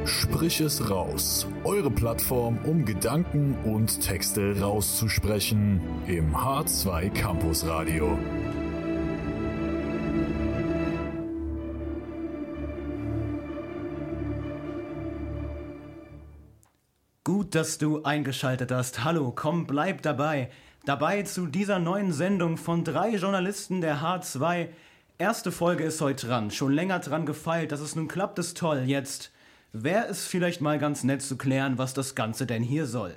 Sprich es raus. Eure Plattform, um Gedanken und Texte rauszusprechen im H2 Campus Radio. Gut, dass du eingeschaltet hast. Hallo, komm, bleib dabei. Dabei zu dieser neuen Sendung von 3 Journalisten der H2. Erste Folge ist heute dran. Schon länger dran gefeilt, dass es nun klappt, ist toll. Jetzt wäre es vielleicht mal ganz nett zu klären, was das Ganze denn hier soll.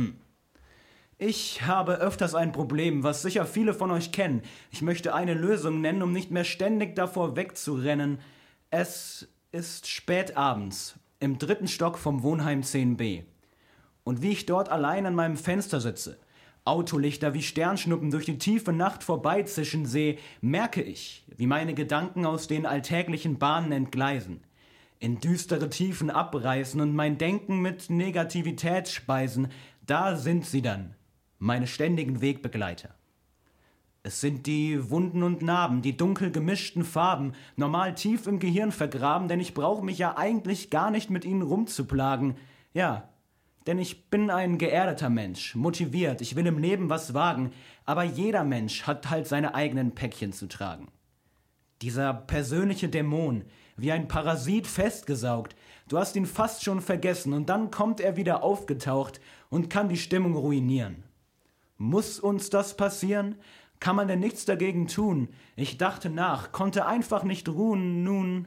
Ich habe öfters ein Problem, was sicher viele von euch kennen. Ich möchte eine Lösung nennen, um nicht mehr ständig davor wegzurennen. Es ist spät abends, im 3. Stock vom Wohnheim 10b. Und wie ich dort allein an meinem Fenster sitze, Autolichter wie Sternschnuppen durch die tiefe Nacht vorbeizischen sehe, merke ich, wie meine Gedanken aus den alltäglichen Bahnen entgleisen, in düstere Tiefen abreißen und mein Denken mit Negativität speisen. Da sind sie dann, meine ständigen Wegbegleiter. Es sind die Wunden und Narben, die dunkel gemischten Farben, normal tief im Gehirn vergraben, denn ich brauche mich ja eigentlich gar nicht mit ihnen rumzuplagen. Ja, denn ich bin ein geerdeter Mensch, motiviert, ich will im Leben was wagen, aber jeder Mensch hat halt seine eigenen Päckchen zu tragen. Dieser persönliche Dämon, wie ein Parasit festgesaugt, du hast ihn fast schon vergessen und dann kommt er wieder aufgetaucht und kann die Stimmung ruinieren. Muss uns das passieren? Kann man denn nichts dagegen tun? Ich dachte nach, konnte einfach nicht ruhen, nun,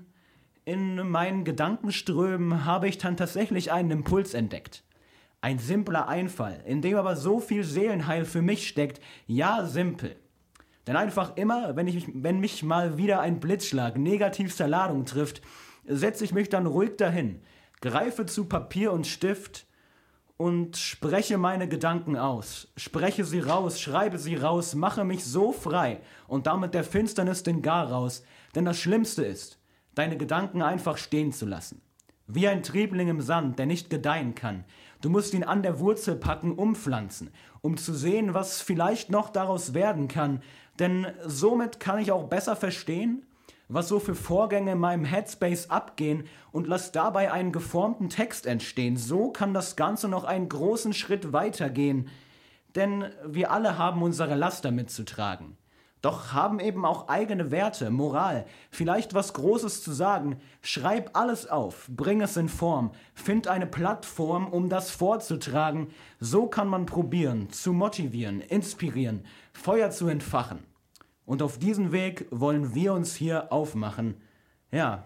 in meinen Gedankenströmen habe ich dann tatsächlich einen Impuls entdeckt. Ein simpler Einfall, in dem aber so viel Seelenheil für mich steckt. Ja, simpel. Denn einfach immer, wenn mich mal wieder ein Blitzschlag negativster Ladung trifft, setze ich mich dann ruhig dahin, greife zu Papier und Stift und spreche meine Gedanken aus. Spreche sie raus, schreibe sie raus, mache mich so frei und damit der Finsternis den Garaus. Denn das Schlimmste ist, deine Gedanken einfach stehen zu lassen. Wie ein Triebling im Sand, der nicht gedeihen kann. Du musst ihn an der Wurzel packen, umpflanzen, um zu sehen, was vielleicht noch daraus werden kann. Denn somit kann ich auch besser verstehen, was so für Vorgänge in meinem Headspace abgehen und lass dabei einen geformten Text entstehen. So kann das Ganze noch einen großen Schritt weitergehen. Denn wir alle haben unsere Laster mitzutragen. Doch haben eben auch eigene Werte, Moral, vielleicht was Großes zu sagen. Schreib alles auf, bring es in Form, find eine Plattform, um das vorzutragen. So kann man probieren, zu motivieren, inspirieren, Feuer zu entfachen. Und auf diesen Weg wollen wir uns hier aufmachen. Ja,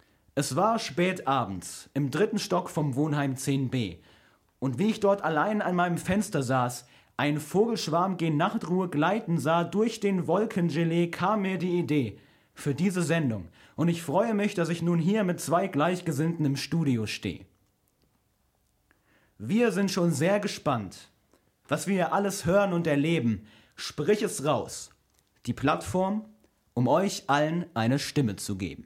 es war spät abends, im 3. Stock vom Wohnheim 10b. Und wie ich dort allein an meinem Fenster saß, ein Vogelschwarm gen Nachtruhe gleiten sah, durch den Wolkengelee kam mir die Idee für diese Sendung. Und ich freue mich, dass ich nun hier mit 2 Gleichgesinnten im Studio stehe. Wir sind schon sehr gespannt, was wir hier alles hören und erleben. Sprich es raus. Die Plattform, um euch allen eine Stimme zu geben.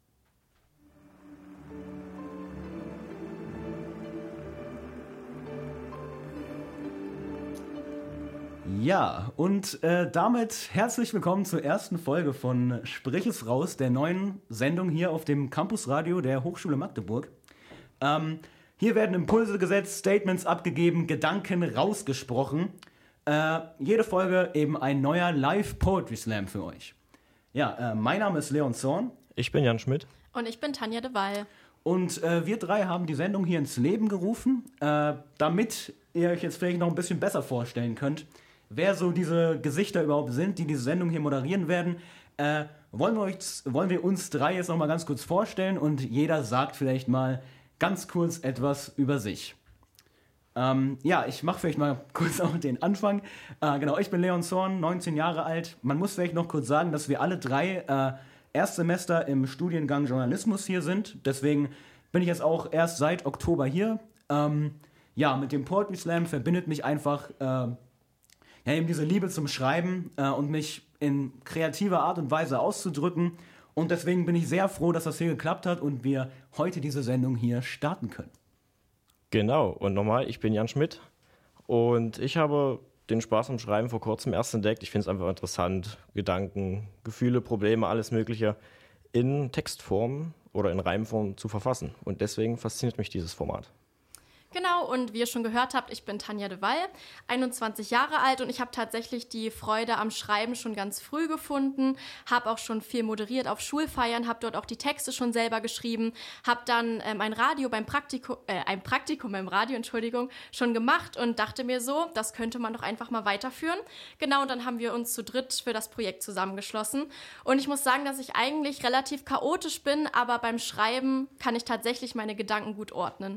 Ja, und damit herzlich willkommen zur ersten Folge von Sprich es raus, der neuen Sendung hier auf dem Campusradio der Hochschule Magdeburg. Hier werden Impulse gesetzt, Statements abgegeben, Gedanken rausgesprochen. Jede Folge eben ein neuer Live-Poetry-Slam für euch. Ja, mein Name ist Leon Zorn. Ich bin Jan Schmidt. Und ich bin Tanja de Waal. Und wir 3 haben die Sendung hier ins Leben gerufen, damit ihr euch jetzt vielleicht noch ein bisschen besser vorstellen könnt, wer so diese Gesichter überhaupt sind, die diese Sendung hier moderieren werden. Wollen wir uns 3 jetzt noch mal ganz kurz vorstellen und jeder sagt vielleicht mal ganz kurz etwas über sich. Ja, ich mache vielleicht mal kurz auch den Anfang. Genau, ich bin Leon Zorn, 19 Jahre alt. Man muss vielleicht noch kurz sagen, dass wir alle 3 Erstsemester im Studiengang Journalismus hier sind. Deswegen bin ich jetzt auch erst seit Oktober hier. Ja, mit dem Poetry Slam verbindet mich einfach eben diese Liebe zum Schreiben und mich in kreativer Art und Weise auszudrücken. Und deswegen bin ich sehr froh, dass das hier geklappt hat und wir heute diese Sendung hier starten können. Genau, und nochmal, ich bin Jan Schmidt und ich habe den Spaß am Schreiben vor kurzem erst entdeckt. Ich finde es einfach interessant, Gedanken, Gefühle, Probleme, alles Mögliche in Textform oder in Reimform zu verfassen. Und deswegen fasziniert mich dieses Format. Genau, und wie ihr schon gehört habt, ich bin Tanja de Waal, 21 Jahre alt und ich habe tatsächlich die Freude am Schreiben schon ganz früh gefunden, habe auch schon viel moderiert auf Schulfeiern, habe dort auch die Texte schon selber geschrieben, habe dann ein Praktikum beim Radio, schon gemacht und dachte mir so, das könnte man doch einfach mal weiterführen. Genau, und dann haben wir uns zu dritt für das Projekt zusammengeschlossen und ich muss sagen, dass ich eigentlich relativ chaotisch bin, aber beim Schreiben kann ich tatsächlich meine Gedanken gut ordnen.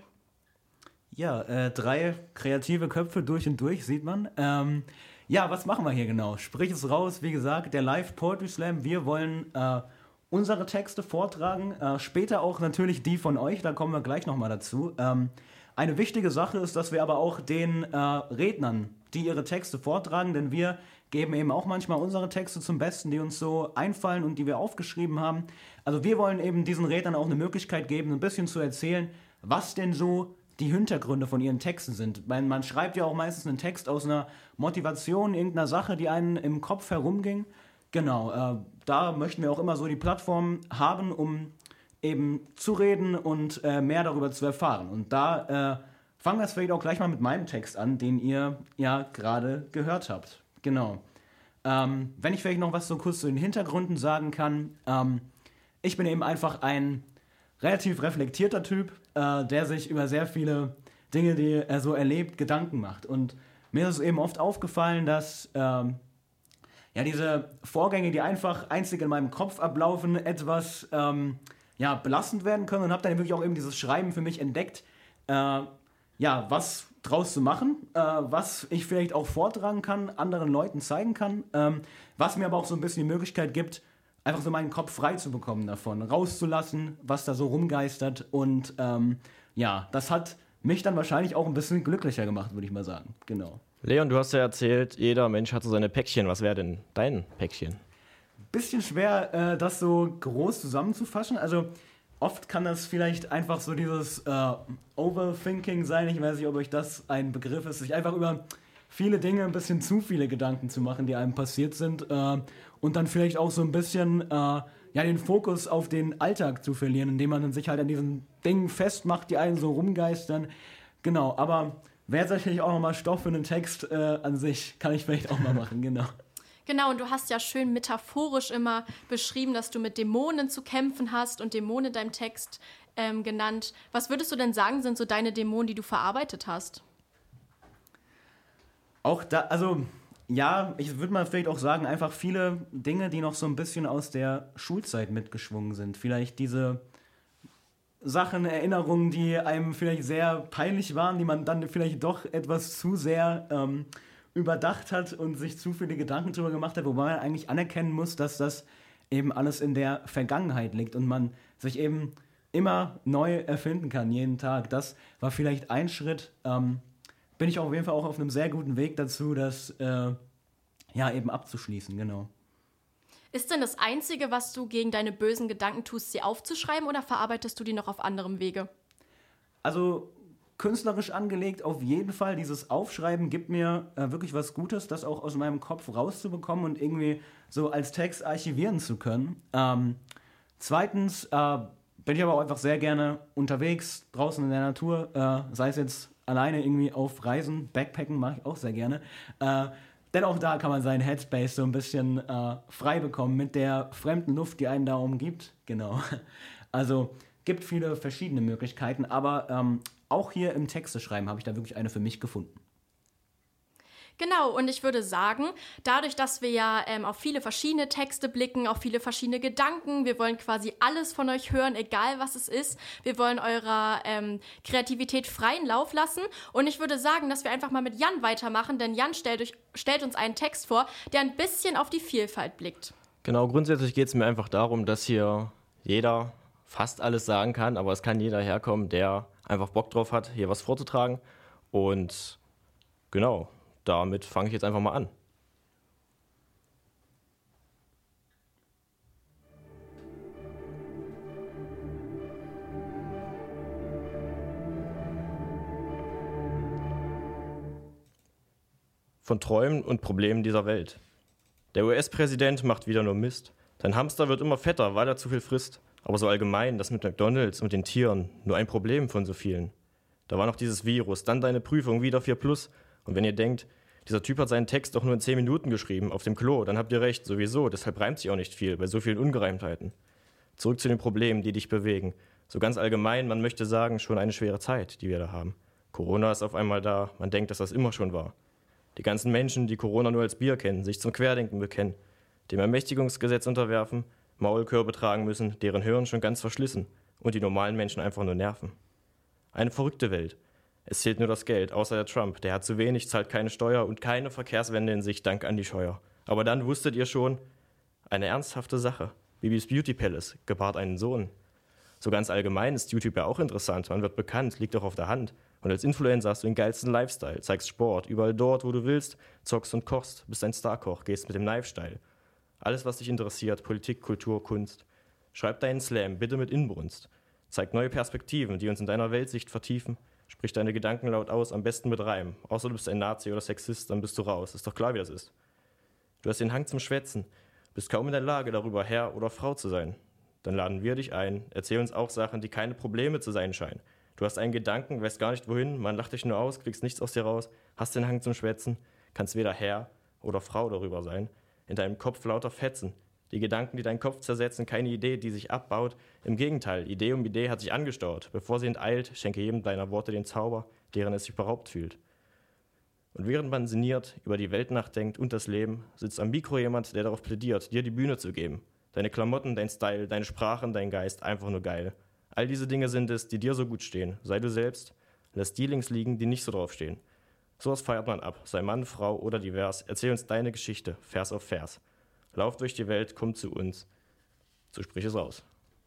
Ja, 3 kreative Köpfe durch und durch, sieht man. Ja, was machen wir hier genau? Sprich es raus, wie gesagt, der Live Poetry Slam. Wir wollen unsere Texte vortragen, später auch natürlich die von euch, da kommen wir gleich nochmal dazu. Eine wichtige Sache ist, dass wir aber auch den Rednern, die ihre Texte vortragen, denn wir geben eben auch manchmal unsere Texte zum Besten, die uns so einfallen und die wir aufgeschrieben haben. Also wir wollen eben diesen Rednern auch eine Möglichkeit geben, ein bisschen zu erzählen, was denn so die Hintergründe von ihren Texten sind. Man schreibt ja auch meistens einen Text aus einer Motivation, irgendeiner Sache, die einem im Kopf herumging. Genau, da möchten wir auch immer so die Plattform haben, um eben zu reden und mehr darüber zu erfahren. Und da fangen wir jetzt vielleicht auch gleich mal mit meinem Text an, den ihr ja gerade gehört habt. Genau. Wenn ich vielleicht noch was so kurz zu den Hintergründen sagen kann. Ich bin eben einfach ein relativ reflektierter Typ, der sich über sehr viele Dinge, die er so erlebt, Gedanken macht. Und mir ist es eben oft aufgefallen, dass diese Vorgänge, die einfach einzig in meinem Kopf ablaufen, etwas belastend werden können. Und habe dann wirklich auch eben dieses Schreiben für mich entdeckt, was draus zu machen, was ich vielleicht auch vortragen kann, anderen Leuten zeigen kann, was mir aber auch so ein bisschen die Möglichkeit gibt, einfach so meinen Kopf frei zu bekommen davon, rauszulassen, was da so rumgeistert. Und das hat mich dann wahrscheinlich auch ein bisschen glücklicher gemacht, würde ich mal sagen. Genau. Leon, du hast ja erzählt, jeder Mensch hat so seine Päckchen. Was wäre denn dein Päckchen? Bisschen schwer, das so groß zusammenzufassen. Also oft kann das vielleicht einfach so dieses Overthinking sein. Ich weiß nicht, ob euch das ein Begriff ist, sich einfach über viele Dinge, ein bisschen zu viele Gedanken zu machen, die einem passiert sind und dann vielleicht auch so ein bisschen den Fokus auf den Alltag zu verlieren, indem man dann sich halt an diesen Dingen festmacht, die einen so rumgeistern. Genau, aber wäre sicherlich auch nochmal Stoff für einen Text an sich, kann ich vielleicht auch mal machen, genau. Genau, und du hast ja schön metaphorisch immer beschrieben, dass du mit Dämonen zu kämpfen hast und Dämonen in deinem Text genannt. Was würdest du denn sagen, sind so deine Dämonen, die du verarbeitet hast? Auch da, also ja, ich würde mal vielleicht auch sagen, einfach viele Dinge, die noch so ein bisschen aus der Schulzeit mitgeschwungen sind. Vielleicht diese Sachen, Erinnerungen, die einem vielleicht sehr peinlich waren, die man dann vielleicht doch etwas zu sehr überdacht hat und sich zu viele Gedanken drüber gemacht hat, wobei man eigentlich anerkennen muss, dass das eben alles in der Vergangenheit liegt und man sich eben immer neu erfinden kann, jeden Tag. Das war vielleicht ein Schritt. Bin ich auf jeden Fall auch auf einem sehr guten Weg dazu, das eben abzuschließen, genau. Ist denn das Einzige, was du gegen deine bösen Gedanken tust, sie aufzuschreiben oder verarbeitest du die noch auf anderem Wege? Also künstlerisch angelegt auf jeden Fall. Dieses Aufschreiben gibt mir wirklich was Gutes, das auch aus meinem Kopf rauszubekommen und irgendwie so als Text archivieren zu können. Zweitens bin ich aber auch einfach sehr gerne unterwegs, draußen in der Natur, sei es jetzt alleine irgendwie auf Reisen, Backpacken mache ich auch sehr gerne. Denn auch da kann man seinen Headspace so ein bisschen frei bekommen mit der fremden Luft, die einen da umgibt. Genau. Also gibt viele verschiedene Möglichkeiten, aber auch hier im Texteschreiben habe ich da wirklich eine für mich gefunden. Genau, und ich würde sagen, dadurch, dass wir ja auf viele verschiedene Texte blicken, auf viele verschiedene Gedanken, wir wollen quasi alles von euch hören, egal was es ist. Wir wollen eurer Kreativität freien Lauf lassen. Und ich würde sagen, dass wir einfach mal mit Jan weitermachen, denn Jan stellt uns einen Text vor, der ein bisschen auf die Vielfalt blickt. Genau, grundsätzlich geht es mir einfach darum, dass hier jeder fast alles sagen kann, aber es kann jeder herkommen, der einfach Bock drauf hat, hier was vorzutragen. Und genau, damit fange ich jetzt einfach mal an. Von Träumen und Problemen dieser Welt. Der US-Präsident macht wieder nur Mist. Dein Hamster wird immer fetter, weil er zu viel frisst. Aber so allgemein, das mit McDonald's und den Tieren, nur ein Problem von so vielen. Da war noch dieses Virus, dann deine Prüfung, wieder 4+. Und wenn ihr denkt, dieser Typ hat seinen Text doch nur in 10 Minuten geschrieben, auf dem Klo, dann habt ihr recht, sowieso, deshalb reimt sich auch nicht viel, bei so vielen Ungereimtheiten. Zurück zu den Problemen, die dich bewegen. So ganz allgemein, man möchte sagen, schon eine schwere Zeit, die wir da haben. Corona ist auf einmal da, man denkt, dass das immer schon war. Die ganzen Menschen, die Corona nur als Bier kennen, sich zum Querdenken bekennen, dem Ermächtigungsgesetz unterwerfen, Maulkörbe tragen müssen, deren Hirn schon ganz verschlissen und die normalen Menschen einfach nur nerven. Eine verrückte Welt. Es zählt nur das Geld, außer der Trump. Der hat zu wenig, zahlt keine Steuer und keine Verkehrswende in sich, dank Andi Scheuer. Aber dann wusstet ihr schon, eine ernsthafte Sache. Bibis Beauty Palace gebahrt einen Sohn. So ganz allgemein ist YouTube ja auch interessant. Man wird bekannt, liegt doch auf der Hand. Und als Influencer hast du den geilsten Lifestyle, zeigst Sport, überall dort, wo du willst, zockst und kochst, bist ein Starkoch, gehst mit dem Knife-Style. Alles, was dich interessiert, Politik, Kultur, Kunst. Schreib deinen Slam, bitte mit Inbrunst. Zeig neue Perspektiven, die uns in deiner Weltsicht vertiefen. Sprich deine Gedanken laut aus, am besten mit Reim. Außer du bist ein Nazi oder Sexist, dann bist du raus. Ist doch klar, wie das ist. Du hast den Hang zum Schwätzen, bist kaum in der Lage, darüber Herr oder Frau zu sein. Dann laden wir dich ein, erzähl uns auch Sachen, die keine Probleme zu sein scheinen. Du hast einen Gedanken, weißt gar nicht wohin, man lacht dich nur aus, kriegst nichts aus dir raus, hast den Hang zum Schwätzen, kannst weder Herr oder Frau darüber sein. In deinem Kopf lauter Fetzen. Die Gedanken, die deinen Kopf zersetzen, keine Idee, die sich abbaut. Im Gegenteil, Idee um Idee hat sich angestaut. Bevor sie enteilt, schenke jedem deiner Worte den Zauber, deren es sich beraubt fühlt. Und während man sinniert, über die Welt nachdenkt und das Leben, sitzt am Mikro jemand, der darauf plädiert, dir die Bühne zu geben. Deine Klamotten, dein Style, deine Sprachen, dein Geist, einfach nur geil. All diese Dinge sind es, die dir so gut stehen. Sei du selbst, lass die links liegen, die nicht so drauf stehen. Sowas feiert man ab, sei Mann, Frau oder divers. Erzähl uns deine Geschichte, Vers auf Vers. Lauf durch die Welt, komm zu uns. So sprich es raus.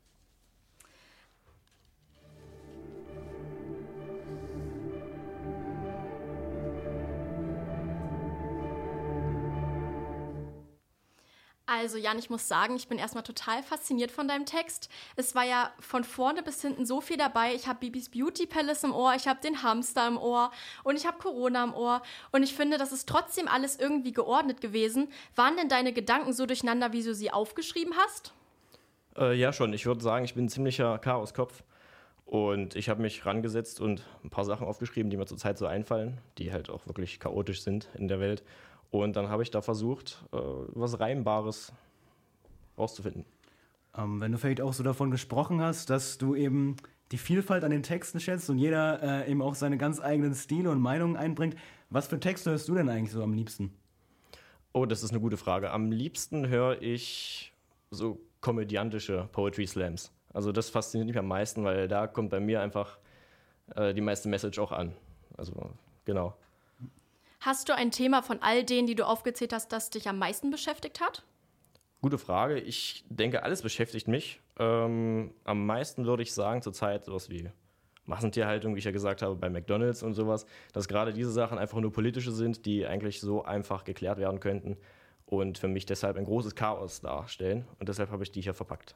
Also Jan, ich muss sagen, ich bin erstmal total fasziniert von deinem Text. Es war ja von vorne bis hinten so viel dabei. Ich habe Bibis Beauty Palace im Ohr, ich habe den Hamster im Ohr und ich habe Corona im Ohr. Und ich finde, das ist trotzdem alles irgendwie geordnet gewesen. Waren denn deine Gedanken so durcheinander, wie du sie aufgeschrieben hast? Ja schon, ich würde sagen, ich bin ein ziemlicher Chaoskopf. Und ich habe mich rangesetzt und ein paar Sachen aufgeschrieben, die mir zurzeit so einfallen, die halt auch wirklich chaotisch sind in der Welt. Und dann habe ich da versucht, was Reimbares rauszufinden. Wenn du vielleicht auch so davon gesprochen hast, dass du eben die Vielfalt an den Texten schätzt und jeder eben auch seine ganz eigenen Stile und Meinungen einbringt, was für Texte hörst du denn eigentlich so am liebsten? Oh, das ist eine gute Frage. Am liebsten höre ich so komödiantische Poetry Slams. Also das fasziniert mich am meisten, weil da kommt bei mir einfach die meiste Message auch an. Also genau. Hast du ein Thema von all denen, die du aufgezählt hast, das dich am meisten beschäftigt hat? Gute Frage. Ich denke, alles beschäftigt mich. Am meisten würde ich sagen zurzeit sowas wie Massentierhaltung, wie ich ja gesagt habe, bei McDonald's und sowas, dass gerade diese Sachen einfach nur politische sind, die eigentlich so einfach geklärt werden könnten und für mich deshalb ein großes Chaos darstellen. Und deshalb habe ich die hier verpackt.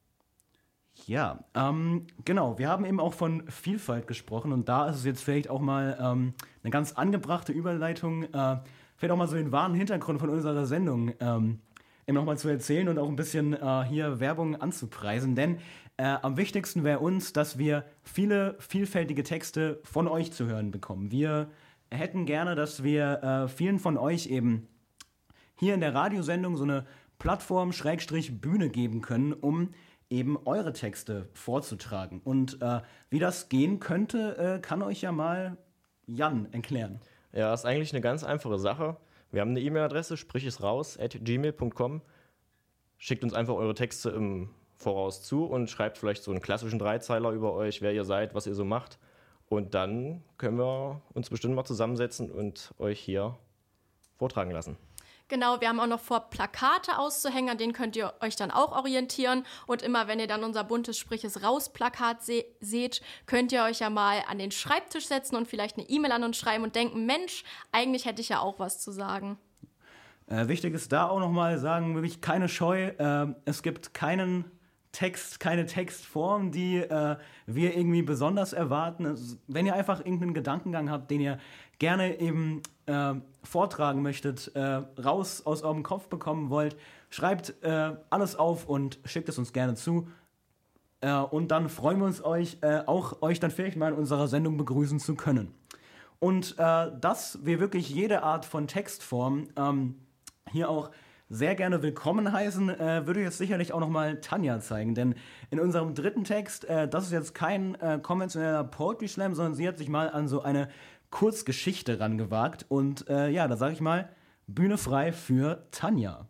Ja, genau. Wir haben eben auch von Vielfalt gesprochen und da ist es jetzt vielleicht auch mal eine ganz angebrachte Überleitung, vielleicht auch mal so den wahren Hintergrund von unserer Sendung eben nochmal zu erzählen und auch ein bisschen hier Werbung anzupreisen, denn am wichtigsten wäre uns, dass wir viele vielfältige Texte von euch zu hören bekommen. Wir hätten gerne, dass wir vielen von euch eben hier in der Radiosendung so eine Plattform Bühne geben können, um eben eure Texte vorzutragen. Und wie das gehen könnte, kann euch ja mal Jan erklären. Ja, ist eigentlich eine ganz einfache Sache. Wir haben eine E-Mail-Adresse, sprichesraus@gmail.com. Schickt uns einfach eure Texte im Voraus zu und schreibt vielleicht so einen klassischen Dreizeiler über euch, wer ihr seid, was ihr so macht. Und dann können wir uns bestimmt mal zusammensetzen und euch hier vortragen lassen. Genau, wir haben auch noch vor, Plakate auszuhängen, an denen könnt ihr euch dann auch orientieren. Und immer, wenn ihr dann unser buntes Sprich es raus Plakat seht, könnt ihr euch ja mal an den Schreibtisch setzen und vielleicht eine E-Mail an uns schreiben und denken, Mensch, eigentlich hätte ich ja auch was zu sagen. Wichtig ist da auch nochmal sagen, wirklich keine Scheu. Es gibt keinen keine Textform, die wir irgendwie besonders erwarten. Also, wenn ihr einfach irgendeinen Gedankengang habt, den ihr gerne eben vortragen möchtet, raus aus eurem Kopf bekommen wollt, schreibt alles auf und schickt es uns gerne zu. Und dann freuen wir uns, euch dann vielleicht mal in unserer Sendung begrüßen zu können. Und dass wir wirklich jede Art von Textform hier auch sehr gerne willkommen heißen, würde jetzt sicherlich auch nochmal Tanja zeigen. Denn in unserem dritten Text, das ist jetzt kein konventioneller Poetry Slam, sondern sie hat sich mal an so eine Kurzgeschichte rangewagt. Und da sage ich mal, Bühne frei für Tanja.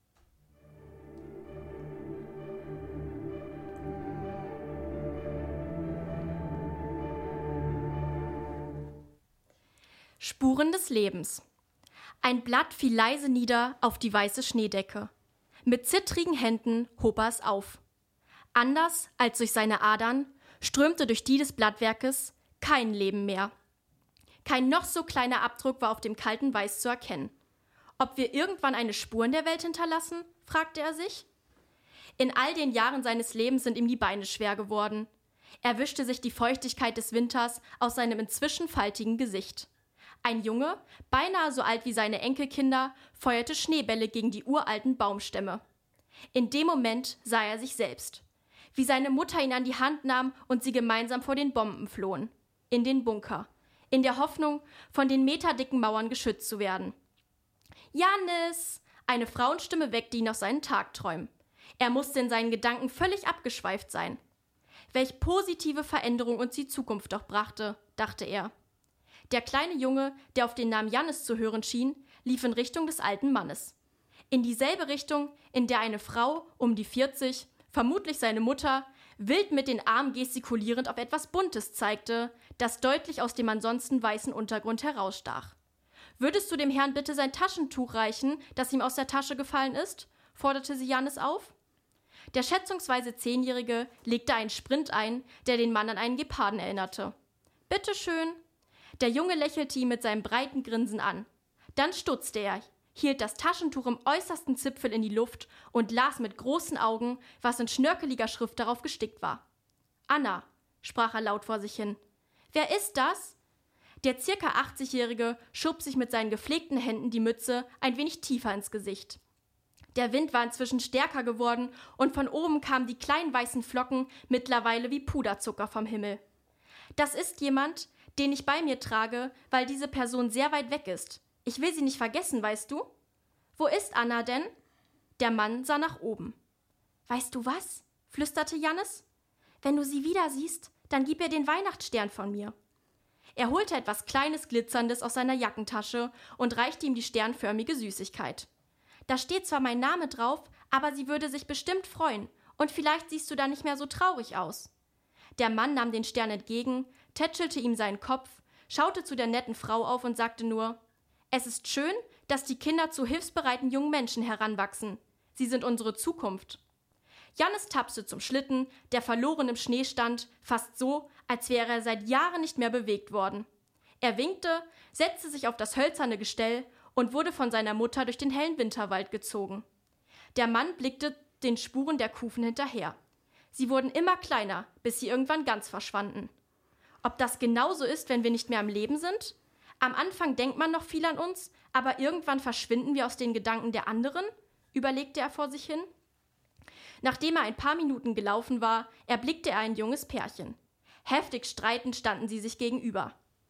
Spuren des Lebens. Ein Blatt fiel leise nieder auf die weiße Schneedecke. Mit zittrigen Händen hob er es auf. Anders als durch seine Adern strömte durch die des Blattwerkes kein Leben mehr. Kein noch so kleiner Abdruck war auf dem kalten Weiß zu erkennen. Ob wir irgendwann eine Spur in der Welt hinterlassen, fragte er sich. In all den Jahren seines Lebens sind ihm die Beine schwer geworden. Er wischte sich die Feuchtigkeit des Winters aus seinem inzwischen faltigen Gesicht. Ein Junge, beinahe so alt wie seine Enkelkinder, feuerte Schneebälle gegen die uralten Baumstämme. In dem Moment sah er sich selbst, wie seine Mutter ihn an die Hand nahm und sie gemeinsam vor den Bomben flohen. In den Bunker, in der Hoffnung, von den meterdicken Mauern geschützt zu werden. »Jannis!« Eine Frauenstimme weckte ihn aus seinen Tagträumen. Er musste in seinen Gedanken völlig abgeschweift sein. Welch positive Veränderung uns die Zukunft doch brachte, dachte er. Der kleine Junge, der auf den Namen Jannis zu hören schien, lief in Richtung des alten Mannes. In dieselbe Richtung, in der eine Frau, um die 40, vermutlich seine Mutter, wild mit den Armen gestikulierend auf etwas Buntes zeigte, das deutlich aus dem ansonsten weißen Untergrund herausstach. »Würdest du dem Herrn bitte sein Taschentuch reichen, das ihm aus der Tasche gefallen ist?« forderte sie Jannis auf. Der schätzungsweise 10-Jährige legte einen Sprint ein, der den Mann an einen Geparden erinnerte. »Bitte schön.« Der Junge lächelte ihn mit seinem breiten Grinsen an. Dann stutzte er, hielt das Taschentuch im äußersten Zipfel in die Luft und las mit großen Augen, was in schnörkeliger Schrift darauf gestickt war. »Anna«, sprach er laut vor sich hin. »Wer ist das?« Der circa 80-Jährige schob sich mit seinen gepflegten Händen die Mütze ein wenig tiefer ins Gesicht. Der Wind war inzwischen stärker geworden und von oben kamen die kleinen weißen Flocken mittlerweile wie Puderzucker vom Himmel. »Das ist jemand, den ich bei mir trage, weil diese Person sehr weit weg ist. Ich will sie nicht vergessen, weißt du?« »Wo ist Anna denn?« Der Mann sah nach oben. »Weißt du was?« flüsterte Jannis. »Wenn du sie wieder siehst, dann gib ihr den Weihnachtsstern von mir.« Er holte etwas Kleines, Glitzerndes aus seiner Jackentasche und reichte ihm die sternförmige Süßigkeit. »Da steht zwar mein Name drauf, aber sie würde sich bestimmt freuen, und vielleicht siehst du dann nicht mehr so traurig aus.« Der Mann nahm den Stern entgegen, tätschelte ihm seinen Kopf, schaute zu der netten Frau auf und sagte nur: »Es ist schön, dass die Kinder zu hilfsbereiten jungen Menschen heranwachsen. Sie sind unsere Zukunft.« Jannis tapste zum Schlitten, der verloren im Schnee stand, fast so, als wäre er seit Jahren nicht mehr bewegt worden. Er winkte, setzte sich auf das hölzerne Gestell und wurde von seiner Mutter durch den hellen Winterwald gezogen. Der Mann blickte den Spuren der Kufen hinterher. Sie wurden immer kleiner, bis sie irgendwann ganz verschwanden. Ob das genauso ist, wenn wir nicht mehr am Leben sind? Am Anfang denkt man noch viel an uns, aber irgendwann verschwinden wir aus den Gedanken der anderen? Überlegte er vor sich hin. Nachdem er ein paar Minuten gelaufen war, erblickte er ein junges Pärchen. Heftig streitend standen sie sich gegenüber.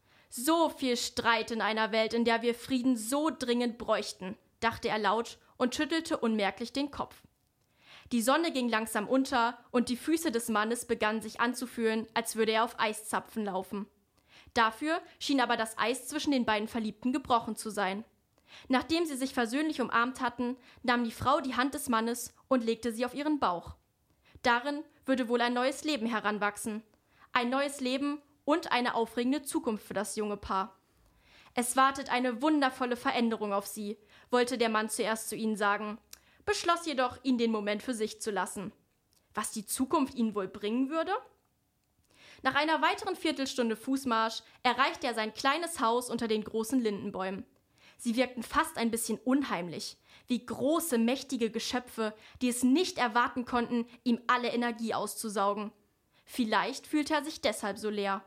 »So viel Streit in einer Welt, in der wir Frieden so dringend bräuchten«, dachte er laut und schüttelte unmerklich den Kopf. Die Sonne ging langsam unter und die Füße des Mannes begannen sich anzufühlen, als würde er auf Eiszapfen laufen. Dafür schien aber das Eis zwischen den beiden Verliebten gebrochen zu sein. Nachdem sie sich versöhnlich umarmt hatten, nahm die Frau die Hand des Mannes und legte sie auf ihren Bauch. Darin würde wohl ein neues Leben heranwachsen. Ein neues Leben und eine aufregende Zukunft für das junge Paar. »Es wartet eine wundervolle Veränderung auf sie«, wollte der Mann zuerst zu ihnen sagen, beschloss jedoch, ihn den Moment für sich zu lassen. Was die Zukunft ihnen wohl bringen würde? Nach einer weiteren Viertelstunde Fußmarsch erreichte er sein kleines Haus unter den großen Lindenbäumen. Sie wirkten fast ein bisschen unheimlich, wie große, mächtige Geschöpfe, die es nicht erwarten konnten, ihm alle Energie auszusaugen. Vielleicht fühlte er sich deshalb so leer.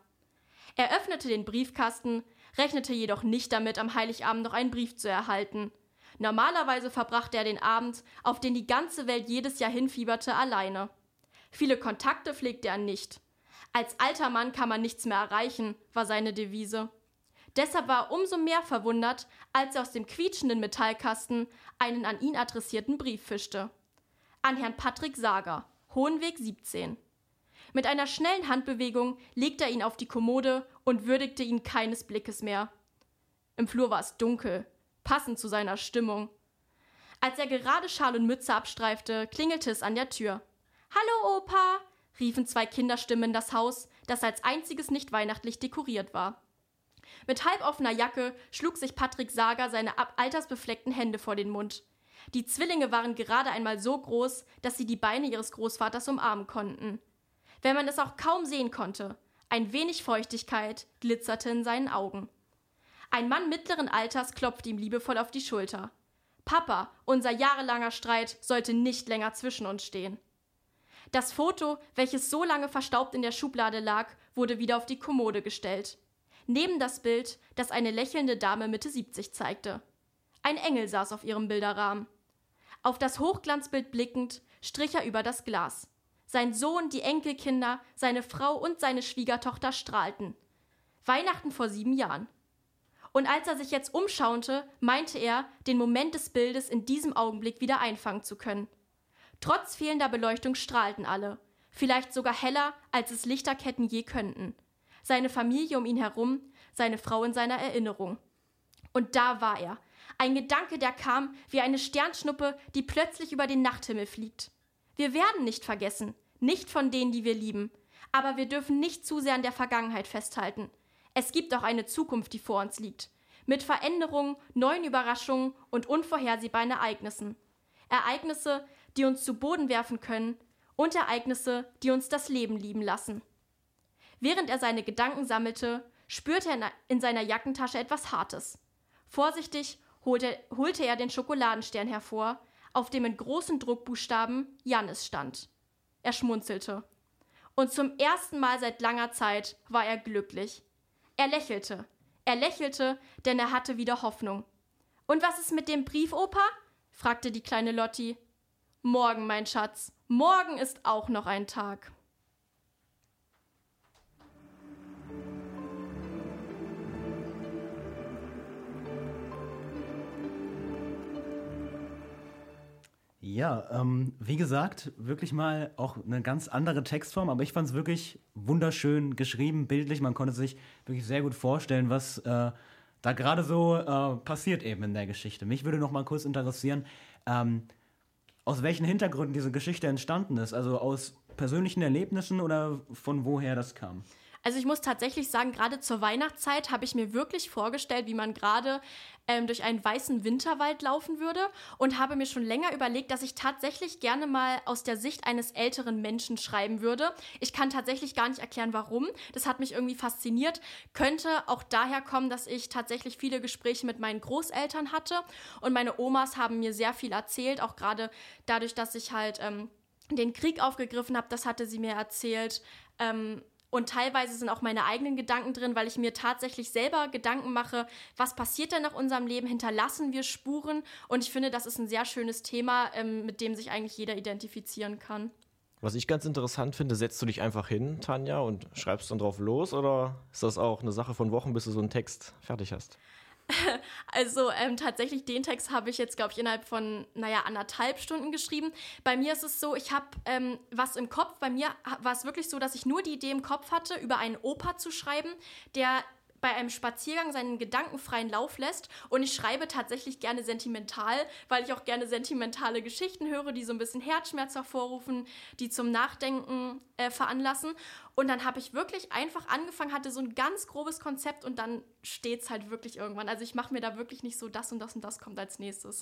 Er öffnete den Briefkasten, rechnete jedoch nicht damit, am Heiligabend noch einen Brief zu erhalten. Normalerweise verbrachte er den Abend, auf den die ganze Welt jedes Jahr hinfieberte, alleine. Viele Kontakte pflegte er nicht. Als alter Mann kann man nichts mehr erreichen, war seine Devise. Deshalb war er umso mehr verwundert, als er aus dem quietschenden Metallkasten einen an ihn adressierten Brief fischte. An Herrn Patrick Sager, Hohenweg 17. Mit einer schnellen Handbewegung legte er ihn auf die Kommode und würdigte ihn keines Blickes mehr. Im Flur war es dunkel, passend zu seiner Stimmung. Als er gerade Schal und Mütze abstreifte, klingelte es an der Tür. »Hallo, Opa«, riefen 2 Kinderstimmen in das Haus, das als einziges nicht weihnachtlich dekoriert war. Mit halboffener Jacke schlug sich Patrick Sager seine altersbefleckten Hände vor den Mund. Die Zwillinge waren gerade einmal so groß, dass sie die Beine ihres Großvaters umarmen konnten. Wenn man es auch kaum sehen konnte, ein wenig Feuchtigkeit glitzerte in seinen Augen. Ein Mann mittleren Alters klopfte ihm liebevoll auf die Schulter. »Papa, unser jahrelanger Streit sollte nicht länger zwischen uns stehen.« Das Foto, welches so lange verstaubt in der Schublade lag, wurde wieder auf die Kommode gestellt. Neben das Bild, das eine lächelnde Dame Mitte 70 zeigte. Ein Engel saß auf ihrem Bilderrahmen. Auf das Hochglanzbild blickend strich er über das Glas. Sein Sohn, die Enkelkinder, seine Frau und seine Schwiegertochter strahlten. Weihnachten vor 7 Jahren. Und als er sich jetzt umschaute, meinte er, den Moment des Bildes in diesem Augenblick wieder einfangen zu können. Trotz fehlender Beleuchtung strahlten alle, vielleicht sogar heller, als es Lichterketten je könnten. Seine Familie um ihn herum, seine Frau in seiner Erinnerung. Und da war er, ein Gedanke, der kam wie eine Sternschnuppe, die plötzlich über den Nachthimmel fliegt. Wir werden nicht vergessen, nicht von denen, die wir lieben, aber wir dürfen nicht zu sehr an der Vergangenheit festhalten. Es gibt auch eine Zukunft, die vor uns liegt, mit Veränderungen, neuen Überraschungen und unvorhersehbaren Ereignissen. Ereignisse, die uns zu Boden werfen können und Ereignisse, die uns das Leben lieben lassen. Während er seine Gedanken sammelte, spürte er in seiner Jackentasche etwas Hartes. Vorsichtig holte er den Schokoladenstern hervor, auf dem in großen Druckbuchstaben Jannis stand. Er schmunzelte. Und zum ersten Mal seit langer Zeit war er glücklich. Er lächelte, denn er hatte wieder Hoffnung. »Und was ist mit dem Brief, Opa?« fragte die kleine Lotti. »Morgen, mein Schatz, morgen ist auch noch ein Tag.« Ja, wie gesagt, wirklich mal auch eine ganz andere Textform, aber ich fand es wirklich wunderschön geschrieben, bildlich. Man konnte sich wirklich sehr gut vorstellen, was da gerade so passiert eben in der Geschichte. Mich würde noch mal kurz interessieren, aus welchen Hintergründen diese Geschichte entstanden ist. Also aus persönlichen Erlebnissen oder von woher das kam? Also ich muss tatsächlich sagen, gerade zur Weihnachtszeit habe ich mir wirklich vorgestellt, wie man gerade durch einen weißen Winterwald laufen würde und habe mir schon länger überlegt, dass ich tatsächlich gerne mal aus der Sicht eines älteren Menschen schreiben würde. Ich kann tatsächlich gar nicht erklären, warum. Das hat mich irgendwie fasziniert. Könnte auch daher kommen, dass ich tatsächlich viele Gespräche mit meinen Großeltern hatte und meine Omas haben mir sehr viel erzählt, auch gerade dadurch, dass ich halt den Krieg aufgegriffen habe, das hatte sie mir erzählt. Und teilweise sind auch meine eigenen Gedanken drin, weil ich mir tatsächlich selber Gedanken mache, was passiert denn nach unserem Leben, hinterlassen wir Spuren? Und ich finde, das ist ein sehr schönes Thema, mit dem sich eigentlich jeder identifizieren kann. Was ich ganz interessant finde, setzt du dich einfach hin, Tanja, und schreibst dann drauf los? Oder ist das auch eine Sache von Wochen, bis du so einen Text fertig hast? Also tatsächlich, den Text habe ich jetzt, glaube ich, innerhalb von, 1,5 Stunden geschrieben. Bei mir ist es so, ich habe was im Kopf. Bei mir war es wirklich so, dass ich nur die Idee im Kopf hatte, über einen Opa zu schreiben, der bei einem Spaziergang seinen gedankenfreien Lauf lässt. Und ich schreibe tatsächlich gerne sentimental, weil ich auch gerne sentimentale Geschichten höre, die so ein bisschen Herzschmerz hervorrufen, die zum Nachdenken veranlassen. Und dann habe ich wirklich einfach angefangen, hatte so ein ganz grobes Konzept und dann steht es halt wirklich irgendwann. Also ich mache mir da wirklich nicht so, das und das und das kommt als nächstes.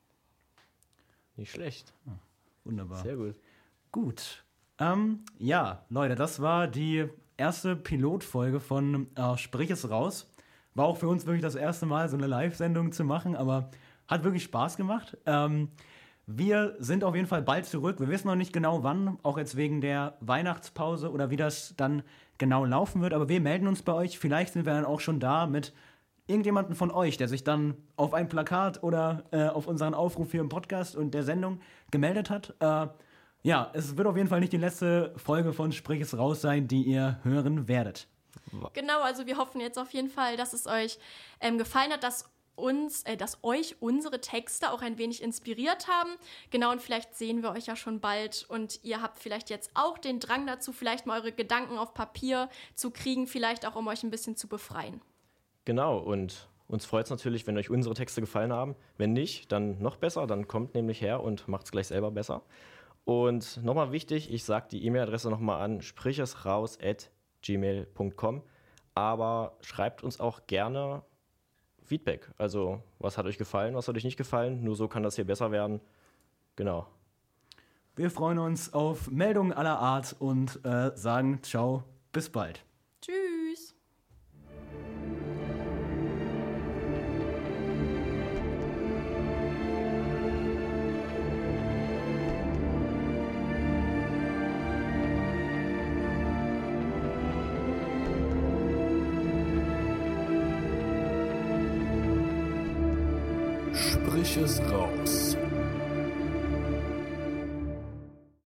Nicht schlecht. Wunderbar. Sehr gut. Gut. Ja, Leute, das war die erste Pilotfolge von Sprich es raus. War auch für uns wirklich das erste Mal, so eine Live-Sendung zu machen, aber Hat wirklich Spaß gemacht. Wir sind auf jeden Fall bald zurück. Wir wissen noch nicht genau wann, auch jetzt wegen der Weihnachtspause oder wie das dann genau laufen wird. Aber wir melden uns bei euch. Vielleicht sind wir dann auch schon da mit irgendjemanden von euch, der sich dann auf ein Plakat oder auf unseren Aufruf hier im Podcast und der Sendung gemeldet hat. Ja, es wird auf jeden Fall nicht die letzte Folge von Sprich es raus sein, die ihr hören werdet. Genau, also wir hoffen jetzt auf jeden Fall, dass es euch gefallen hat, dass euch unsere Texte auch ein wenig inspiriert haben. Genau, und vielleicht sehen wir euch ja schon bald und ihr habt vielleicht jetzt auch den Drang dazu, vielleicht mal eure Gedanken auf Papier zu kriegen, vielleicht auch, um euch ein bisschen zu befreien. Genau, und uns freut es natürlich, wenn euch unsere Texte gefallen haben. Wenn nicht, dann noch besser, dann kommt nämlich her und macht es gleich selber besser. Und nochmal wichtig, ich sage die E-Mail-Adresse nochmal an, sprichesraus@gmail.com, aber schreibt uns auch gerne Feedback. Also, was hat euch gefallen, was hat euch nicht gefallen? Nur so kann das hier besser werden. Genau. Wir freuen uns auf Meldungen aller Art und sagen ciao, bis bald. Tschüss. Sprich es raus.